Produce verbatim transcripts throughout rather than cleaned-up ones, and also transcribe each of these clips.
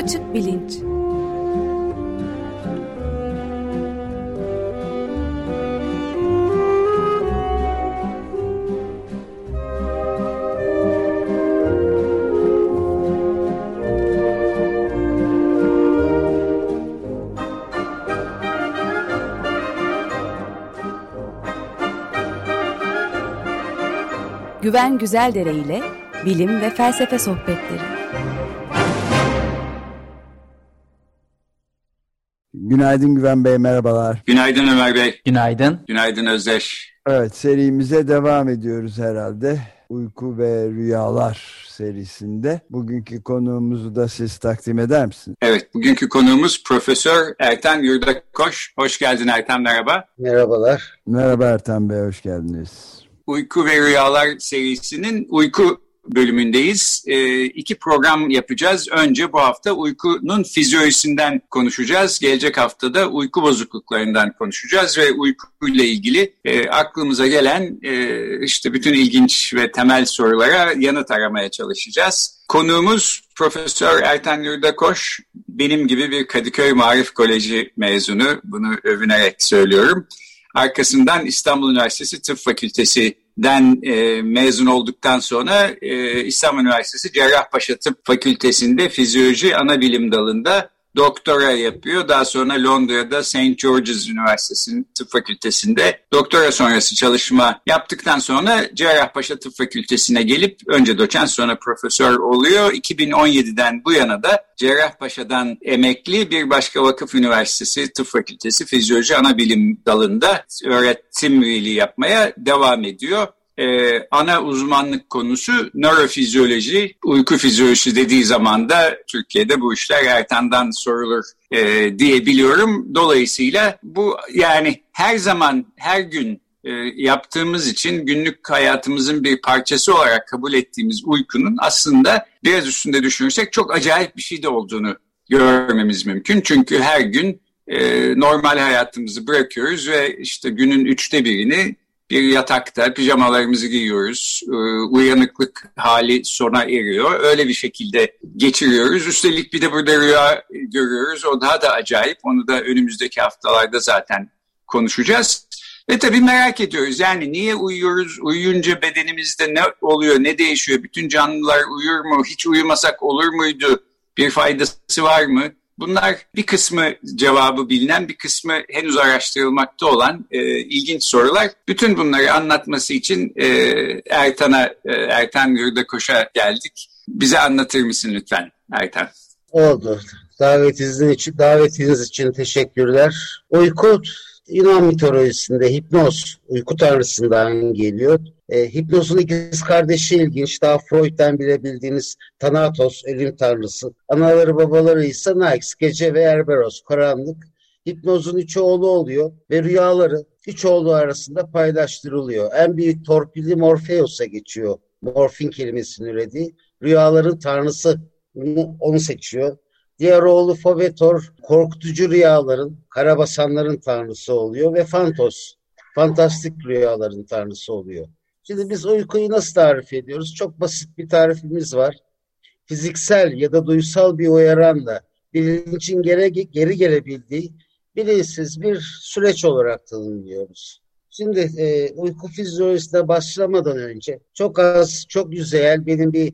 Açık bilinç. Güven Güzeldere ile bilim ve felsefe sohbetleri. Günaydın Güven Bey, merhabalar. Günaydın Ömer Bey. Günaydın. Günaydın Özdeş. Evet, serimize devam ediyoruz herhalde. Uyku ve Rüyalar serisinde. Bugünkü konuğumuzu da siz takdim eder misiniz? Evet, bugünkü konuğumuz Profesör Ertan Yurdakoş. Hoş geldin Ertan, merhaba. Merhabalar. Merhaba Ertan Bey, hoş geldiniz. Uyku ve Rüyalar serisinin uyku bölümündeyiz. E, iki program yapacağız. Önce bu hafta uykunun fizyolojisinden konuşacağız. Gelecek hafta da uyku bozukluklarından konuşacağız ve uykuyla ilgili e, aklımıza gelen e, işte bütün ilginç ve temel sorulara yanıt aramaya çalışacağız. Konuğumuz Profesör Ertan Yurdakoş. Benim gibi bir Kadıköy Maarif Koleji mezunu. Bunu övünerek söylüyorum. Arkasından İstanbul Üniversitesi Tıp Fakültesi'den e, mezun olduktan sonra e, İstanbul Üniversitesi Cerrahpaşa Tıp Fakültesi'nde fizyoloji ana bilim dalında doktora yapıyor. Daha sonra Londra'da Saint George's Üniversitesi'nin tıp fakültesinde doktora sonrası çalışma yaptıktan sonra Cerrahpaşa Tıp Fakültesi'ne gelip önce doçent sonra profesör oluyor. iki bin on yediden bu yana da Cerrahpaşa'dan emekli bir başka vakıf üniversitesi tıp fakültesi fizyoloji ana bilim dalında öğretim üyeliği yapmaya devam ediyor. Ee, ana uzmanlık konusu nörofizyoloji, uyku fizyolojisi dediği zaman da Türkiye'de bu işler Ertan'dan sorulur e, diye biliyorum. Dolayısıyla bu yani her zaman, her gün e, yaptığımız için günlük hayatımızın bir parçası olarak kabul ettiğimiz uykunun aslında biraz üstünde düşünürsek çok acayip bir şey de olduğunu görmemiz mümkün. Çünkü her gün e, normal hayatımızı bırakıyoruz ve işte günün üçte birini bir yatakta pijamalarımızı giyiyoruz, uyanıklık hali sona eriyor. Öyle bir şekilde geçiriyoruz. Üstelik bir de burada rüya görüyoruz. O daha da acayip. Onu da önümüzdeki haftalarda zaten konuşacağız. Ve tabii merak ediyoruz. Yani niye uyuyoruz? Uyuyunca bedenimizde ne oluyor, ne değişiyor? Bütün canlılar uyur mu? Hiç uyumasak olur muydu? Bir faydası var mı? Bunlar bir kısmı cevabı bilinen, bir kısmı henüz araştırılmakta olan e, ilginç sorular. Bütün bunları anlatması için e, Ertan'a, e, Ertan Yurdakoş'a geldik. Bize anlatır mısın lütfen Ertan? Oldu. Davetiniz için, davetiniz için teşekkürler. Uyku Yunan mitolojisinde hipnoz, uyku tanrısından geliyor. E, hipnozun ikiz kardeşi ilginç. Daha Freud'den bile bildiğiniz Thanatos, ölüm tanrısı. Anaları babaları ise Nyx, gece ve Erberos, karanlık. Hipnozun üç oğlu oluyor ve rüyaları üç oğlu arasında paylaştırılıyor. En büyük torpilli Morpheus'a geçiyor. Morfin kelimesini ürediği. Rüyaların tanrısı onu seçiyor. Diğer oğlu Fobetor, korkutucu rüyaların, karabasanların tanrısı oluyor ve Phantos, fantastik rüyaların tanrısı oluyor. Şimdi biz uykuyu nasıl tarif ediyoruz? Çok basit bir tarifimiz var. Fiziksel ya da duysal bir uyaranla bilincin geri, geri gelebildiği bilinçsiz bir süreç olarak tanımlıyoruz. Şimdi e, uyku fizyolojisine başlamadan önce çok az, çok yüzeyel benim bir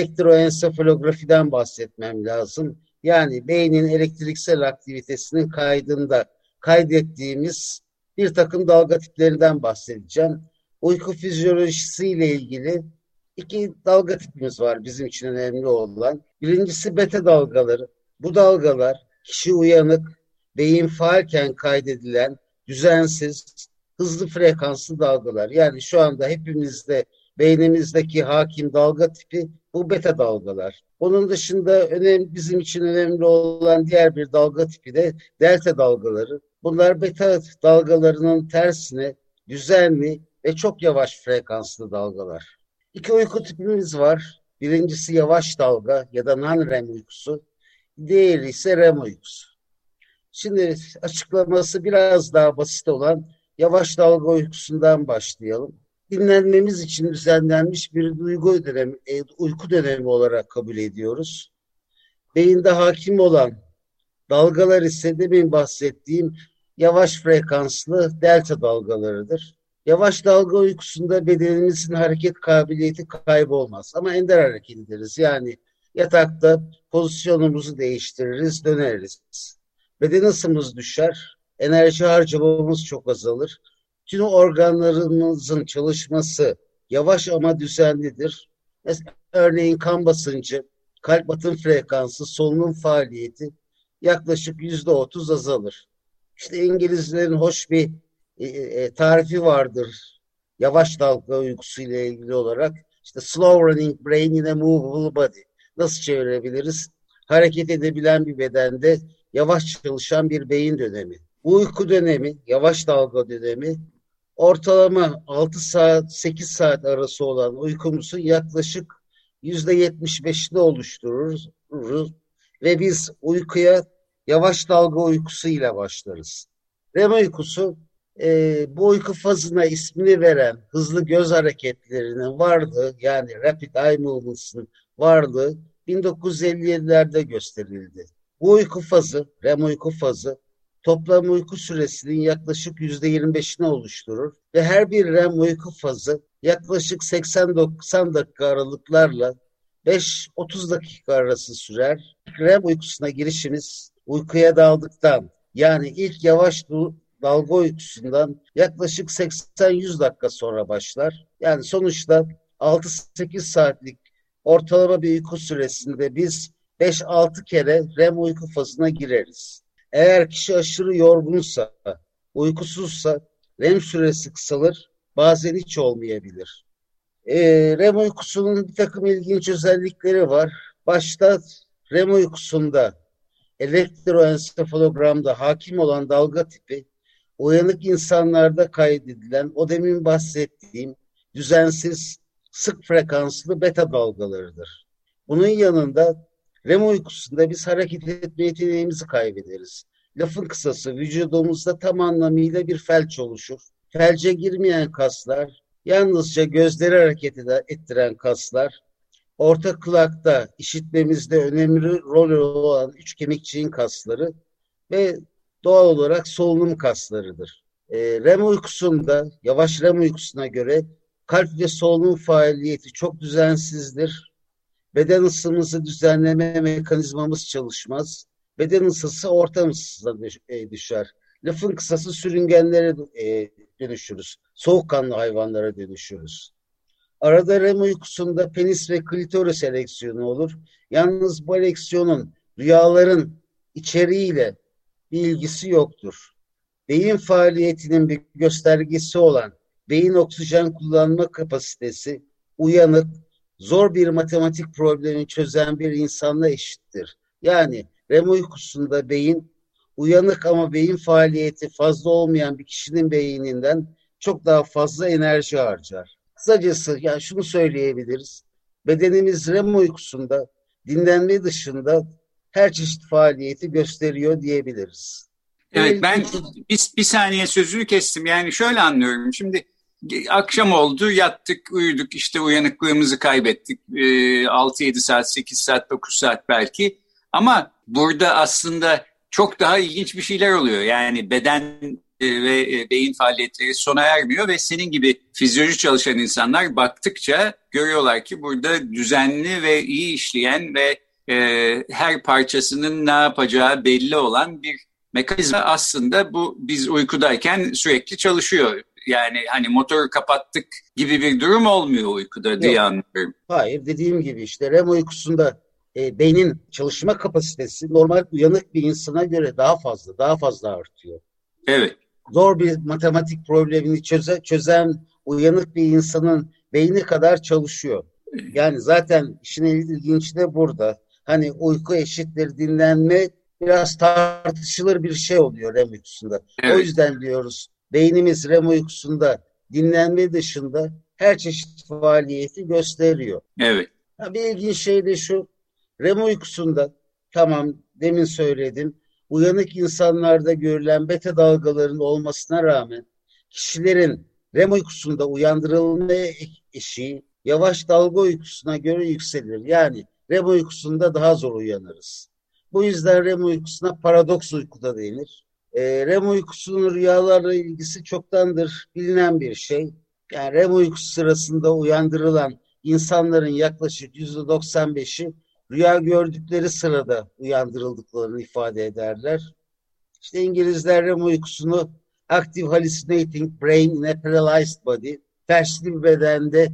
elektroensefalografiden bahsetmem lazım. Yani beynin elektriksel aktivitesinin kaydında kaydettiğimiz bir takım dalga tiplerinden bahsedeceğim. Uyku fizyolojisiyle ilgili iki dalga tipimiz var bizim için önemli olan. Birincisi beta dalgaları. Bu dalgalar kişi uyanık, beyin faalken kaydedilen düzensiz, hızlı frekanslı dalgalar. Yani şu anda hepimizde beynimizdeki hakim dalga tipi bu beta dalgalar. Onun dışında önemli, bizim için önemli olan diğer bir dalga tipi de delta dalgaları. Bunlar beta dalgalarının tersine düzenli ve çok yavaş frekanslı dalgalar. İki uyku tipimiz var. Birincisi yavaş dalga ya da non-R E M uykusu. Diğeri ise R E M uykusu. Şimdi açıklaması biraz daha basit olan yavaş dalga uykusundan başlayalım. Dinlenmemiz için düzenlenmiş bir duygu dönemi, uyku dönemi olarak kabul ediyoruz. beyinde hakim olan dalgalar ise demin bahsettiğim yavaş frekanslı delta dalgalarıdır. Yavaş dalga uykusunda bedenimizin hareket kabiliyeti kaybolmaz ama ender hareket ederiz. Yani yatakta pozisyonumuzu değiştiririz, döneriz. Beden ısımız düşer, enerji harcamamız çok azalır. Tüm organlarımızın çalışması yavaş ama düzenlidir. Mesela, örneğin kan basıncı, kalp atım frekansı, solunum faaliyeti yaklaşık yüzde otuz azalır. İşte İngilizlerin hoş bir e, e, tarifi vardır. Yavaş dalga uykusu ile ilgili olarak. İşte slow running brain in a movable body. Nasıl çevirebiliriz? Hareket edebilen bir bedende yavaş çalışan bir beyin dönemi. Bu uyku dönemi, yavaş dalga dönemi ortalama altı saat sekiz saat arası olan uykumuzun yaklaşık yüzde yetmiş beşini oluştururuz ve biz uykuya yavaş dalga uykusu ile başlarız. REM uykusu e, bu uyku fazına ismini veren hızlı göz hareketlerinin varlığı, yani rapid eye movements'ın varlığı bin dokuz yüz elli yedilerde gösterildi. Bu uyku fazı, REM uyku fazı toplam uyku süresinin yaklaşık yüzde yirmi beşini oluşturur ve her bir REM uyku fazı yaklaşık seksen doksan dakika aralıklarla beş otuz dakika arası sürer. REM uykusuna girişimiz uykuya daldıktan, yani ilk yavaş dalga uykusundan yaklaşık seksen yüz dakika sonra başlar. Yani sonuçta altı sekiz saatlik ortalama bir uyku süresinde biz beş altı kere REM uyku fazına gireriz. Eğer kişi aşırı yorgunsa, uykusuzsa REM süresi kısalır, bazen hiç olmayabilir. E, REM uykusunun bir takım ilginç özellikleri var. Başta REM uykusunda elektroensefalogramda hakim olan dalga tipi, uyanık insanlarda kaydedilen o demin bahsettiğim düzensiz, sık frekanslı beta dalgalarıdır. Bunun yanında REM uykusunda biz hareket etme yeteneğimizi kaybederiz. Lafın kısası, vücudumuzda tam anlamıyla bir felç oluşur. Felce girmeyen kaslar, yalnızca gözleri hareket ettiren kaslar, orta kulakta işitmemizde önemli rol olan üç kemikçiğin kasları ve doğal olarak solunum kaslarıdır. E, REM uykusunda, yavaş REM uykusuna göre kalp ve solunum faaliyeti çok düzensizdir. Beden ısımızı düzenleme mekanizmamız çalışmaz. Beden ısısı ortam ısısına düşer. Lafın kısası sürüngenlere dönüşürüz. Soğukkanlı hayvanlara dönüşürüz. Arada REM uykusunda penis ve klitoris ereksiyonu olur. Yalnız bu ereksiyonun rüyaların içeriğiyle bir ilgisi yoktur. Beyin faaliyetinin bir göstergesi olan beyin oksijen kullanma kapasitesi uyanık, zor bir matematik problemi çözen bir insanla eşittir. Yani REM uykusunda beyin uyanık ama beyin faaliyeti fazla olmayan bir kişinin beyninden çok daha fazla enerji harcar. Kısacası yani şunu söyleyebiliriz. Bedenimiz REM uykusunda dinlenme dışında her çeşit faaliyeti gösteriyor diyebiliriz. Evet, ben bir, bir saniye sözünü kestim. Yani şöyle anlıyorum. Şimdi akşam oldu, yattık, uyuduk, işte uyanıklığımızı kaybettik. E, altı yedi saat, sekiz saat, dokuz saat belki. Ama burada aslında çok daha ilginç bir şeyler oluyor. Yani beden e, ve e, beyin faaliyetleri sona ermiyor ve senin gibi fizyoloji çalışan insanlar baktıkça görüyorlar ki burada düzenli ve iyi işleyen ve e, her parçasının ne yapacağı belli olan bir mekanizma aslında bu biz uykudayken sürekli çalışıyor. Yani hani motoru kapattık gibi bir durum olmuyor uykuda diye anlıyorum. Hayır, dediğim gibi işte REM uykusunda e, beynin çalışma kapasitesi normal uyanık bir insana göre daha fazla, daha fazla artıyor. Evet. Zor bir matematik problemini çöze, çözen uyanık bir insanın beyni kadar çalışıyor. Yani zaten işin ilginci de burada. Hani uyku eşittir dinlenme biraz tartışılır bir şey oluyor REM uykusunda. Evet. O yüzden diyoruz beynimiz REM uykusunda dinlenme dışında her çeşit faaliyeti gösteriyor. Evet. Ha, bir ilginç şey de şu, REM uykusunda tamam demin söyledim, uyanık insanlarda görülen beta dalgaların olmasına rağmen kişilerin REM uykusunda uyandırılma eşiği yavaş dalga uykusuna göre yükselir. Yani REM uykusunda daha zor uyanırız. Bu yüzden REM uykusuna paradoks uyku da denir. E, REM uykusunun rüyalarla ilgisi çoktandır bilinen bir şey. Yani REM uykusu sırasında uyandırılan insanların yaklaşık yüzde doksan beşi rüya gördükleri sırada uyandırıldıklarını ifade ederler. İşte İngilizler REM uykusunu Active Hallucinating Brain in a Paralyzed Body, felçli bir bedende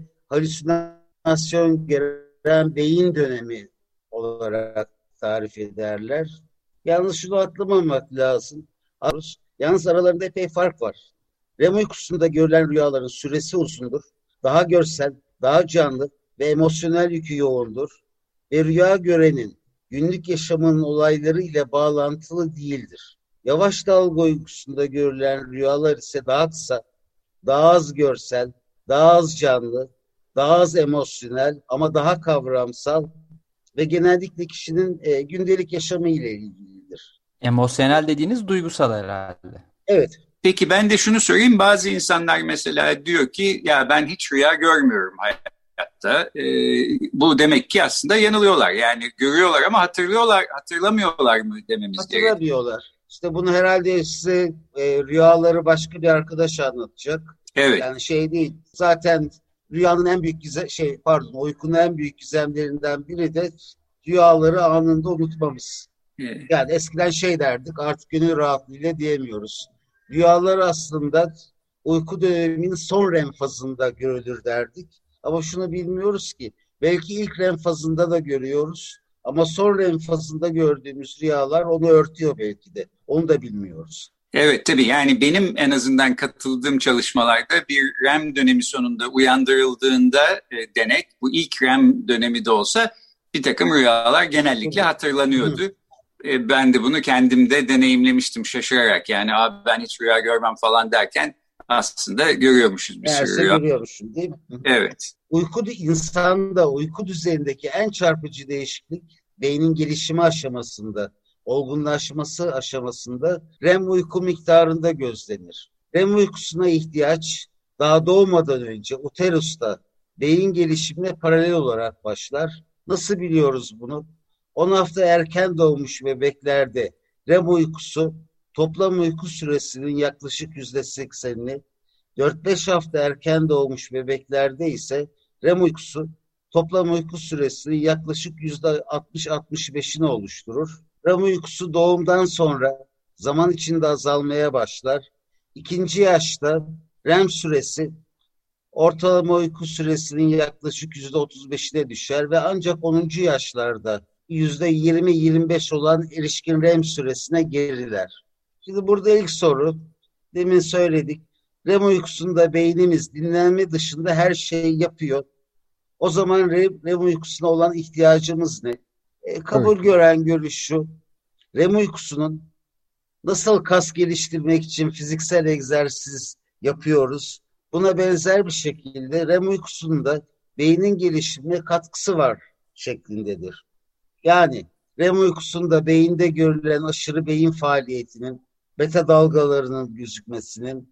halüsinasyon gören beyin dönemi olarak tarif ederler. Yalnız şunu atlamamak lazım. Yalnız aralarında epey fark var. REM uykusunda görülen rüyaların süresi uzundur, daha görsel, daha canlı ve emosyonel yükü yoğundur ve rüya görenin günlük yaşamının olayları ile bağlantılı değildir. Yavaş dalga uykusunda görülen rüyalar ise daha kısa, daha az görsel, daha az canlı, daha az emosyonel ama daha kavramsal ve genellikle kişinin e, gündelik yaşamı ile ilgilidir. Emosyonel dediğiniz duygusal herhalde. Evet. Peki ben de şunu söyleyeyim. Bazı insanlar mesela diyor ki ya ben hiç rüya görmüyorum hayatta. Ee, bu demek ki aslında yanılıyorlar. Yani görüyorlar ama hatırlıyorlar, hatırlamıyorlar mı dememiz gerekiyor. Hatırlamıyorlar. İşte bunu herhalde size e, rüyaları başka bir arkadaş anlatacak. Evet. Yani şey değil. Zaten rüyanın en büyük gizem, şey pardon uykunun en büyük gizemlerinden biri de rüyaları anında unutmamız. Evet. Yani eskiden şey derdik, artık gönül rahatlığıyla diyemiyoruz. Rüyalar aslında uyku döneminin son REM fazında görülür derdik. Ama şunu bilmiyoruz ki belki ilk REM fazında da görüyoruz. Ama son REM fazında gördüğümüz rüyalar onu örtüyor belki de. Onu da bilmiyoruz. Evet tabii yani benim en azından katıldığım çalışmalarda bir REM dönemi sonunda uyandırıldığında e, denek bu ilk REM dönemi de olsa bir takım rüyalar genellikle hatırlanıyordu. Hı. E, ben de bunu kendimde deneyimlemiştim şaşırarak. Yani abi ben hiç rüya görmem falan derken aslında görüyormuşuz bir Meğerse sürü rüya. görüyormuşum değil mi? Evet. Uyku insanda uyku düzeyindeki en çarpıcı değişiklik beynin gelişimi aşamasında, olgunlaşması aşamasında REM uyku miktarında gözlenir. REM uykusuna ihtiyaç daha doğmadan önce uterusta beyin gelişimine paralel olarak başlar. Nasıl biliyoruz bunu? on hafta erken doğmuş bebeklerde REM uykusu toplam uyku süresinin yaklaşık yüzde seksenini, dört beş hafta erken doğmuş bebeklerde ise REM uykusu toplam uyku süresinin yaklaşık yüzde altmış altmış beşini oluşturur. REM uykusu doğumdan sonra zaman içinde azalmaya başlar. İkinci yaşta REM süresi ortalama uyku süresinin yaklaşık yüzde otuz beşine düşer ve ancak onuncu yaşlarda yüzde yirmi yirmi beş olan erişkin REM süresine geriler. Şimdi burada ilk soru, demin söyledik, REM uykusunda beynimiz dinlenme dışında her şeyi yapıyor. O zaman REM, REM uykusuna olan ihtiyacımız ne? E, kabul evet. gören görüş şu, REM uykusunun nasıl kas geliştirmek için fiziksel egzersiz yapıyoruz, buna benzer bir şekilde REM uykusunda beynin gelişimine katkısı var şeklindedir. Yani REM uykusunda beyinde görülen aşırı beyin faaliyetinin, beta dalgalarının gözükmesinin,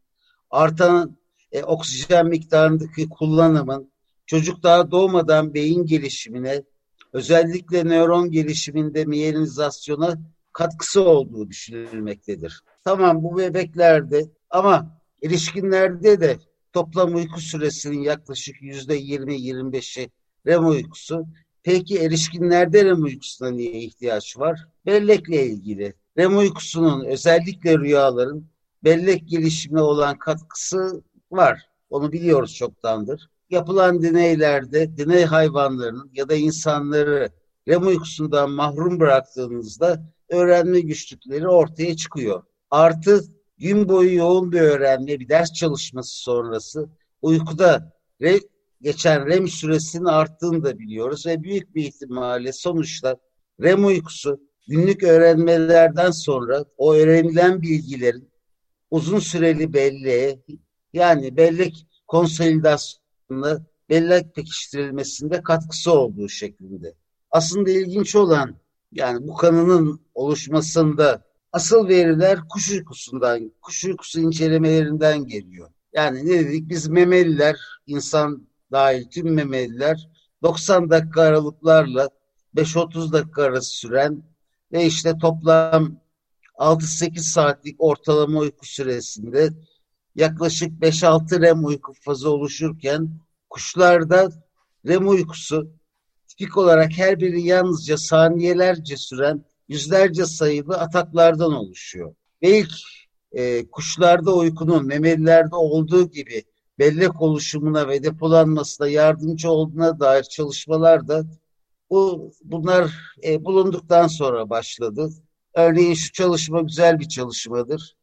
artan e, oksijen miktarındaki kullanımın çocuk daha doğmadan beyin gelişimine, özellikle nöron gelişiminde miyelinizasyona katkısı olduğu düşünülmektedir. Tamam bu bebeklerde ama erişkinlerde de toplam uyku süresinin yaklaşık yüzde yirmi yirmi beşi REM uykusu. Peki erişkinlerde REM uykusuna niye ihtiyaç var? Bellekle ilgili. REM uykusunun özellikle rüyaların bellek gelişimine olan katkısı var. Onu biliyoruz çoktandır. Yapılan deneylerde deney hayvanlarının ya da insanları REM uykusundan mahrum bıraktığınızda öğrenme güçlükleri ortaya çıkıyor. Artı gün boyu yoğun bir öğrenme, bir ders çalışması sonrası uykuda re, geçen REM süresinin arttığını da biliyoruz ve büyük bir ihtimalle sonuçta REM uykusu günlük öğrenmelerden sonra o öğrenilen bilgilerin uzun süreli belleğe yani bellek konsolidasyonuna, bellek pekiştirilmesinde katkısı olduğu şeklinde. Aslında ilginç olan yani bu kanının oluşmasında asıl veriler kuş uykusundan, kuş uykusu incelemelerinden geliyor. Yani ne dedik biz memeliler, insan dahil tüm memeliler doksan dakika aralıklarla beş otuz dakika arası süren ve işte toplam altı sekiz saatlik ortalama uyku süresinde yaklaşık beş altı REM uyku fazı oluşurken kuşlarda REM uykusu tipik olarak her biri yalnızca saniyelerce süren yüzlerce sayılı ataklardan oluşuyor. Ve ilk e, kuşlarda uykunun memelilerde olduğu gibi bellek oluşumuna ve depolanmasına yardımcı olduğuna dair çalışmalar da bu, bunlar e, bulunduktan sonra başladı. Örneğin şu çalışma güzel bir çalışmadır.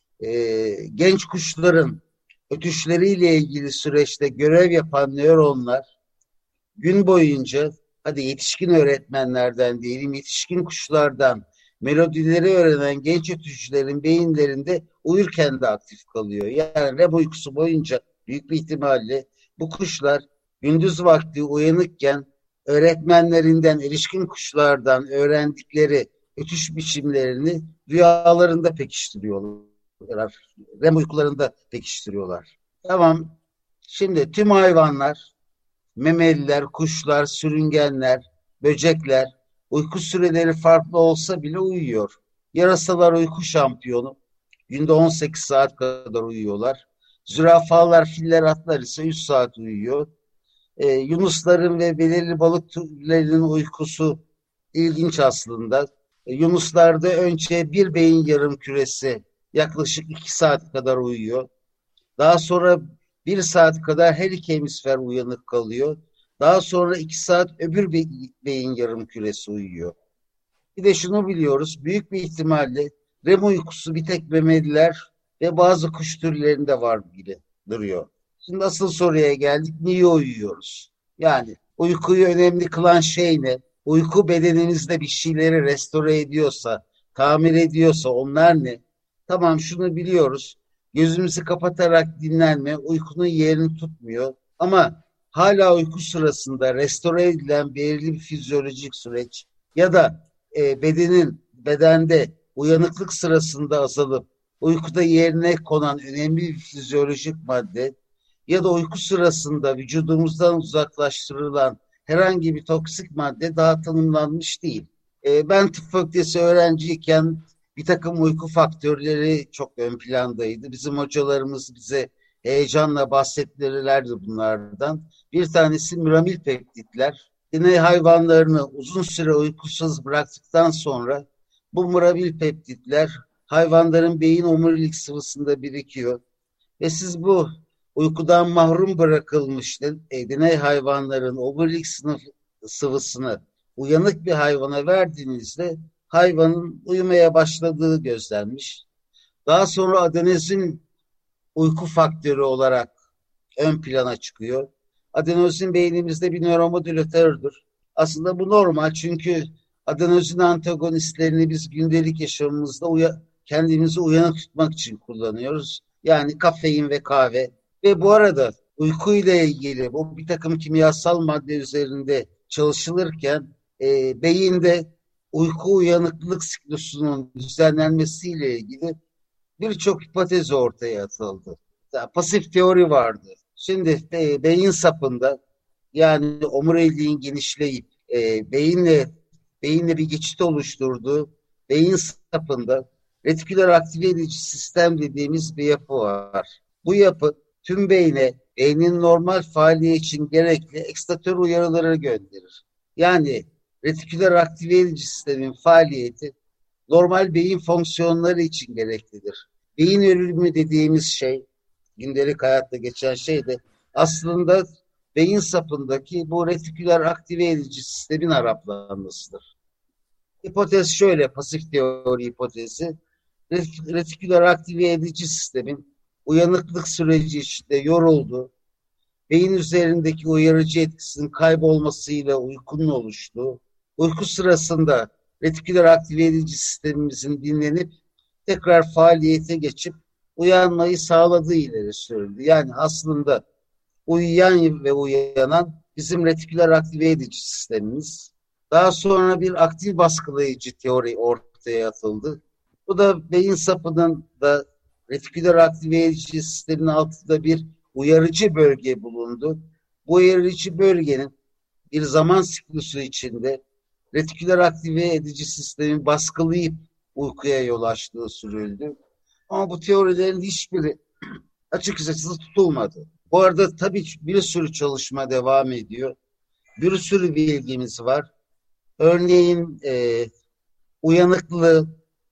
E, genç kuşların ötüşleriyle ilgili süreçte görev yapan nöronlar gün boyunca, hadi yetişkin öğretmenlerden diyelim, yetişkin kuşlardan melodileri öğrenen genç ötücülerin beyinlerinde uyurken de aktif kalıyor. Yani REM uykusu boyunca büyük bir ihtimalle bu kuşlar gündüz vakti uyanıkken öğretmenlerinden, erişkin kuşlardan öğrendikleri ötüş biçimlerini rüyalarında pekiştiriyorlar. REM uykularında pekiştiriyorlar. Tamam. Şimdi tüm hayvanlar, memeliler, kuşlar, sürüngenler, böcekler uyku süreleri farklı olsa bile uyuyor. Yarasalar uyku şampiyonu. Günde on sekiz saat kadar uyuyorlar. Zürafalar, filler, atlar ise üç saat uyuyor. Ee, yunusların ve belirli balık türlerinin uykusu ilginç aslında. Ee, yunuslarda önce bir beyin yarımküresi yaklaşık iki saat kadar uyuyor. Daha sonra bir saat kadar her iki hemisfer uyanık kalıyor. Daha sonra iki saat öbür be beyin yarımküresi uyuyor. Bir de şunu biliyoruz, büyük bir ihtimalle REM uykusu bir tek memeliler ve bazı kuş türlerinde var gibi duruyor. Şimdi asıl soruya geldik, niye uyuyoruz? Yani uykuyu önemli kılan şey ne? Uyku bedenimizde bir şeyleri restore ediyorsa, tamir ediyorsa onlar ne? Tamam, şunu biliyoruz. Gözümüzü kapatarak dinlenme uykunun yerini tutmuyor. Ama hala uyku sırasında restore edilen belirli bir fizyolojik süreç ya da e, bedenin bedende uyanıklık sırasında azalıp uykuda yerine konan önemli bir fizyolojik madde ya da uyku sırasında vücudumuzdan uzaklaştırılan herhangi bir toksik madde daha tanımlanmış değil. E, ben tıp fakültesi öğrenciyken bir takım uyku faktörleri çok ön plandaydı. Bizim hocalarımız bize heyecanla bahsettirirlerdi bunlardan. Bir tanesi müramil peptitler. Deney hayvanlarını uzun süre uykusuz bıraktıktan sonra bu müramil peptitler hayvanların beyin omurilik sıvısında birikiyor. Ve siz bu uykudan mahrum bırakılmış deney hayvanların omurilik sıvısını uyanık bir hayvana verdiğinizde hayvanın uyumaya başladığı gözlenmiş. Daha sonra adenozin uyku faktörü olarak ön plana çıkıyor. Adenozin beynimizde bir nöromodülatördür. Aslında bu normal, çünkü adenozin antagonistlerini biz gündelik yaşamımızda uya- kendimizi uyanık tutmak için kullanıyoruz. Yani kafein ve kahve. Ve bu arada uykuyla ilgili bu bir takım kimyasal madde üzerinde çalışılırken e, beyinde uyku uyanıklık siklusunun düzenlenmesiyle ilgili birçok hipotez ortaya atıldı. Yani pasif teori vardı. Şimdi e, beyin sapında, yani omuriliğin genişleyip e, beyinle beyinle bir geçit oluşturduğu beyin sapında retiküler aktive edici sistem dediğimiz bir yapı var. Bu yapı tüm beyne beynin normal faaliyet için gerekli ekstatör uyarıları gönderir. Yani retiküler aktive edici sistemin faaliyeti normal beyin fonksiyonları için gereklidir. Beyin ölümü dediğimiz şey, gündelik hayatta geçen şey de aslında beyin sapındaki bu retiküler aktive edici sistemin haraplanmasıdır. Hipotez şöyle, pasif teori hipotezi, retiküler aktive edici sistemin uyanıklık süreci içinde yoruldu, beyin üzerindeki uyarıcı etkisinin kaybolmasıyla uykunun oluştuğu, uyku sırasında retiküler aktive edici sistemimizin dinlenip tekrar faaliyete geçip uyanmayı sağladığı ileri sürüldü. Yani aslında uyuyan ve uyanan bizim retiküler aktive edici sistemimiz. Daha sonra bir aktif baskılayıcı teori ortaya atıldı. Bu da beyin sapının da retiküler aktive edici sistemin altında bir uyarıcı bölge bulundu. Bu uyarıcı bölgenin bir zaman siklusu içinde retiküler aktive edici sistemi baskılayıp uykuya yol açtığı sürüldü. Ama bu teorilerin hiçbiri açıkçası tutulmadı. Bu arada tabii bir sürü çalışma devam ediyor. Bir sürü bilgimiz var. Örneğin e, uyanıklığı,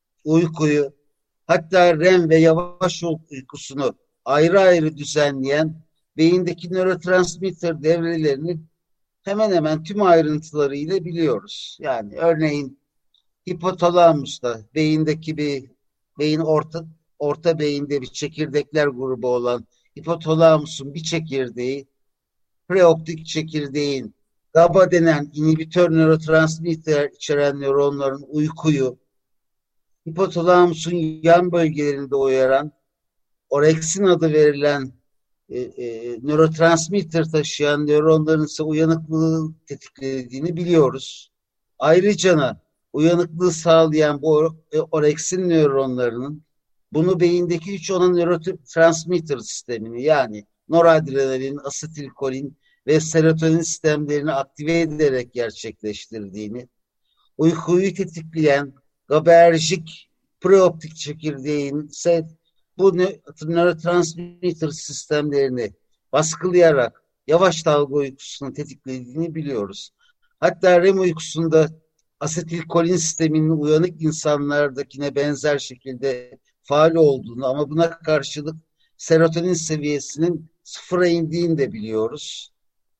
uykuyu, hatta R E M ve yavaş uykusunu ayrı ayrı düzenleyen beyindeki nörotransmitter devrelerini hemen hemen tüm ayrıntılarıyla biliyoruz. Yani örneğin hipotalamusta beyindeki bir beyin orta orta beyinde bir çekirdekler grubu olan hipotalamusun bir çekirdeği preoptik çekirdeğin GABA denen inhibitör nörotransmitter içeren nöronların uykuyu, hipotalamusun yan bölgelerinde uyaran oreksin adı verilen e, e, nörotransmitter taşıyan nöronların ise uyanıklığı tetiklediğini biliyoruz. Ayrıca uyanıklığı sağlayan bu oreksin nöronlarının bunu beyindeki üç ana nörotransmitter sistemini yani noradrenalin, asetilkolin ve serotonin sistemlerini aktive ederek gerçekleştirdiğini, uykuyu tetikleyen GABAerjik preoptik çekirdeğin ise bu nörotransmitter sistemlerini baskılayarak yavaş dalga uykusunu tetiklediğini biliyoruz. Hatta R E M uykusunda asetilkolin sisteminin uyanık insanlardakine benzer şekilde faal olduğunu ama buna karşılık serotonin seviyesinin sıfıra indiğini de biliyoruz.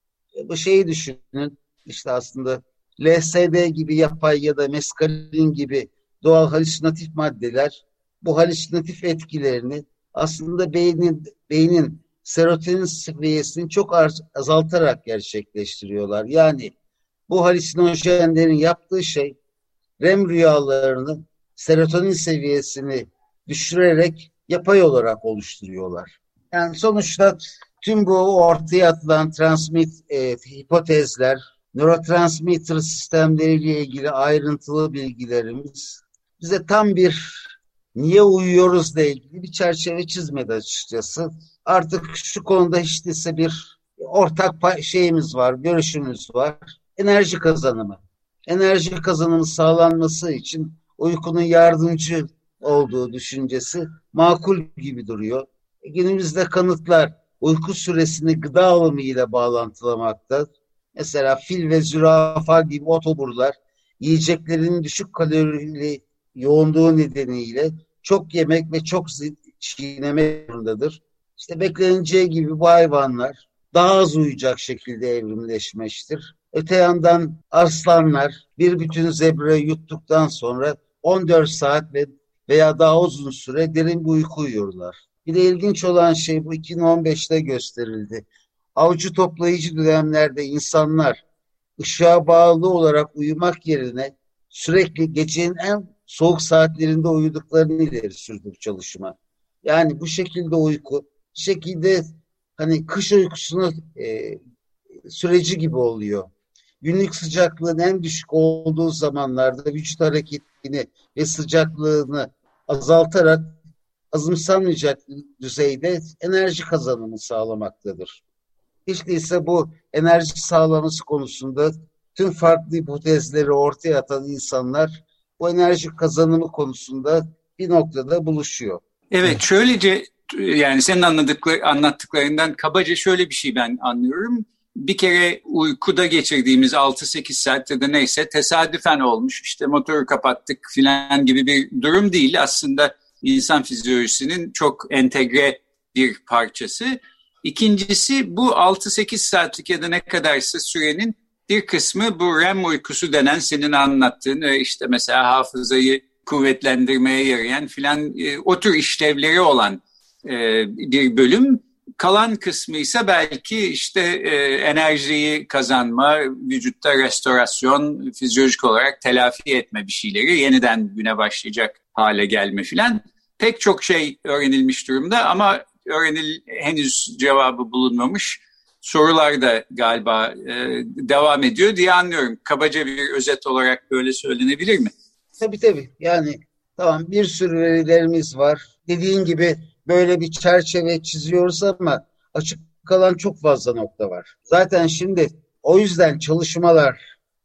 Bu şeyi düşünün, işte aslında L S D gibi yapay ya da meskalin gibi doğal halüsinatif maddeler bu halüsinatif etkilerini aslında beynin, beynin serotonin seviyesini çok azaltarak gerçekleştiriyorlar. Yani bu halüsinojenlerin yaptığı şey R E M rüyalarını serotonin seviyesini düşürerek yapay olarak oluşturuyorlar. Yani sonuçta tüm bu ortaya atılan transmit e, hipotezler, nörotransmitter sistemleriyle ilgili ayrıntılı bilgilerimiz bize tam bir niye uyuyoruzla ilgili bir çerçeve çizmedi açıkçası. Artık şu konuda hiç değilse bir ortak şeyimiz var, görüşümüz var. Enerji kazanımı. Enerji kazanımı sağlanması için uykunun yardımcı olduğu düşüncesi makul gibi duruyor. Günümüzde kanıtlar uyku süresini gıda alımı ile bağlantılamakta. Mesela fil ve zürafa gibi otoburlar yiyeceklerin düşük kalorili yoğunluğu nedeniyle çok yemek ve çok çiğnemek zorundadır. İşte bekleneceği gibi bu hayvanlar daha az uyuyacak şekilde evrimleşmiştir. Öte yandan aslanlar bir bütün zebra yuttuktan sonra on dört saat ve veya daha uzun süre derin bir uyku uyuyorlar. Bir de ilginç olan şey bu iki bin on beşte gösterildi. Avcı toplayıcı dönemlerde insanlar ışığa bağlı olarak uyumak yerine sürekli gecenin en soğuk saatlerinde uyuduklarını ileri sürdü çalışma. Yani bu şekilde uyku, şekilde hani kış uykusunu e, süreci gibi oluyor. Günlük sıcaklığın en düşük olduğu zamanlarda vücut hareketini ve sıcaklığını azaltarak azımsanmayacak düzeyde enerji kazanımı sağlamaktadır. Hiç değilse bu enerji sağlaması konusunda tüm farklı hipotezleri ortaya atan insanlar bu enerji kazanımı konusunda bir noktada buluşuyor. Evet, şöylece yani senin anladıkları, anlattıklarından kabaca şöyle bir şey ben anlıyorum. Bir kere uykuda geçirdiğimiz altı sekiz saatte de neyse tesadüfen olmuş, işte motoru kapattık filan gibi bir durum değil. Aslında insan fizyolojisinin çok entegre bir parçası. İkincisi bu altı sekiz saatlik ya da ne kadarsa sürenin bir kısmı bu R E M uykusu denen senin anlattığın işte mesela hafızayı kuvvetlendirmeye yarayan filan e, o tür işlevleri olan e, bir bölüm. Kalan kısmı ise belki işte e, enerjiyi kazanma, vücutta restorasyon, fizyolojik olarak telafi etme bir şeyleri, yeniden güne başlayacak hale gelme filan. Pek çok şey öğrenilmiş durumda ama öğrenil henüz cevabı bulunmamış. Sorular da galiba e, devam ediyor diye anlıyorum. Kabaca bir özet olarak böyle söylenebilir mi? Tabii tabii. Yani tamam, bir sürü verilerimiz var. Dediğin gibi böyle bir çerçeve çiziyoruz ama açık kalan çok fazla nokta var. Zaten şimdi o yüzden çalışmalar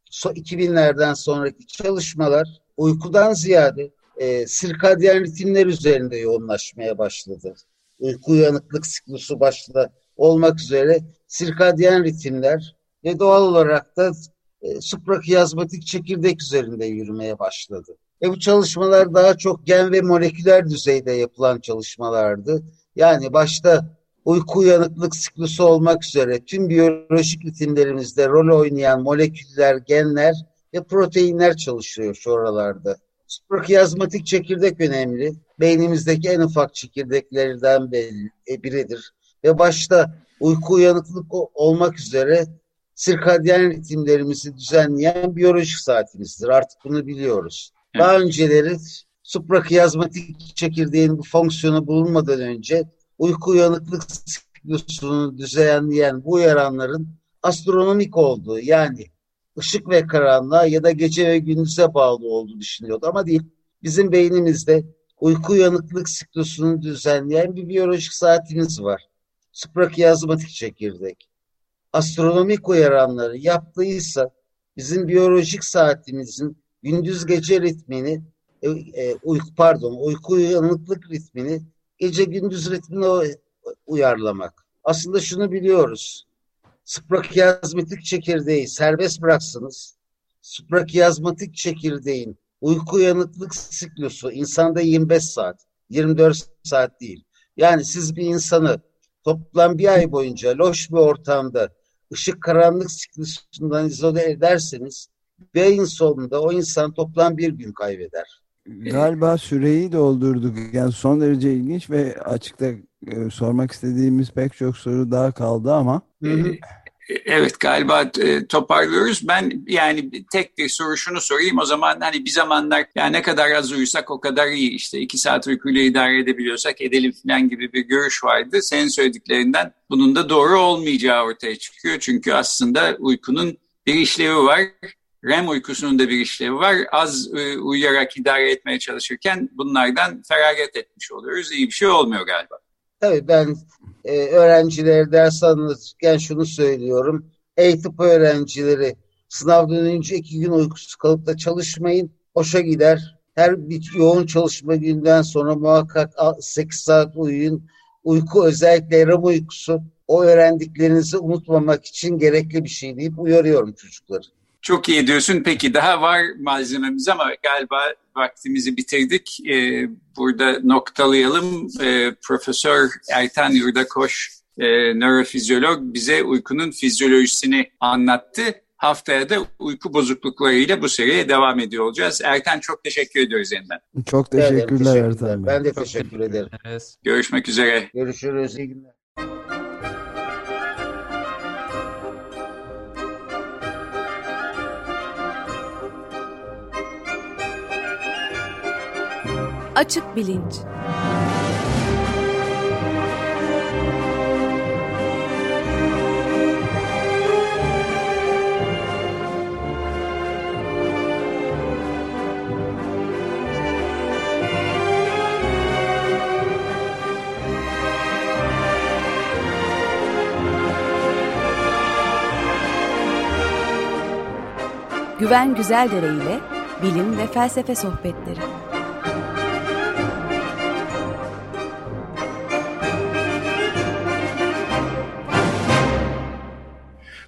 iki binlerden sonraki çalışmalar uykudan ziyade e, sirkadyen ritimler üzerinde yoğunlaşmaya başladı. Uyku uyanıklık siklusu başta olmak üzere sirkadyen ritimler ve doğal olarak da e, suprakiyazmatik çekirdek üzerinde yürümeye başladı. E bu çalışmalar daha çok gen ve moleküler düzeyde yapılan çalışmalardı. Yani başta uyku uyanıklık siklusu olmak üzere tüm biyolojik ritimlerimizde rol oynayan moleküller, genler ve proteinler çalışıyor şu oralarda. Suprakiyazmatik çekirdek önemli. Beynimizdeki en ufak çekirdeklerden biridir. Ve başta uyku uyanıklık olmak üzere sirkadyen ritimlerimizi düzenleyen biyolojik saatimizdir. Artık bunu biliyoruz. Daha önceleri suprakiyazmatik çekirdeğin bu fonksiyonu bulunmadan önce uyku uyanıklık siklusunu düzenleyen bu uyaranların astronomik olduğu, yani ışık ve karanlığa ya da gece ve gündüze bağlı olduğu düşünülüyordu ama değil. Bizim beynimizde uyku uyanıklık siklusunu düzenleyen bir biyolojik saatimiz var. Suprakiyazmatik çekirdek. Astronomik uyaranları yaptıysa bizim biyolojik saatimizin gündüz gece ritmini e, e, uyku pardon uyku uyanıklık ritmini gece gündüz ritmine uyarlamak. Aslında şunu biliyoruz. Suprakiyazmatik çekirdeği serbest bıraksanız, suprakiyazmatik çekirdeğin uyku uyanıklık siklusu insanda yirmi beş saat, yirmi dört saat değil. Yani siz bir insanı toplam bir ay boyunca loş bir ortamda ışık karanlık siklusundan izole ederseniz bir ayın sonunda o insan toplam bir gün kaybeder. Galiba süreyi doldurduk. Yani son derece ilginç ve açıkta e, sormak istediğimiz pek çok soru daha kaldı ama. Hı hı. Evet, galiba e, toparlıyoruz. Ben yani tek bir soru şunu sorayım o zaman, hani bir zamanlar yani ne kadar az uyusak o kadar iyi, işte iki saat uykuyla idare edebiliyorsak edelim falan gibi bir görüş vardı. Senin söylediklerinden bunun da doğru olmayacağı ortaya çıkıyor. Çünkü aslında uykunun bir işlevi var. R E M uykusunun da bir işlevi var. Az e, uyuyarak idare etmeye çalışırken bunlardan feragat etmiş oluyoruz. İyi bir şey olmuyor galiba. Tabii ben e, öğrencilere ders anlatırken şunu söylüyorum. E-tıp öğrencileri sınavdan önce iki gün uykusuz kalıp da çalışmayın. Boşa gider. Her bir yoğun çalışma günden sonra muhakkak sekiz saat uyuyun. Uyku, özellikle R E M uykusu, o öğrendiklerinizi unutmamak için gerekli bir şey deyip uyarıyorum çocukları. Çok iyi diyorsun. Peki daha var malzememiz ama galiba vaktimizi bitirdik. Ee, burada noktalayalım. Ee, Profesör Ertan Yurdakoş, e, nörofizyolog, bize uykunun fizyolojisini anlattı. Haftaya da uyku bozukluklarıyla bu seriye devam ediyor olacağız. Ertan, çok teşekkür ediyoruz yeniden. Çok teşekkürler, teşekkürler. Ertan Bey. Ben de teşekkür ederim. Görüşmek üzere. Görüşürüz. İyi günler. Açık Bilinç. Güven Güzeldere ile bilim ve felsefe sohbetleri.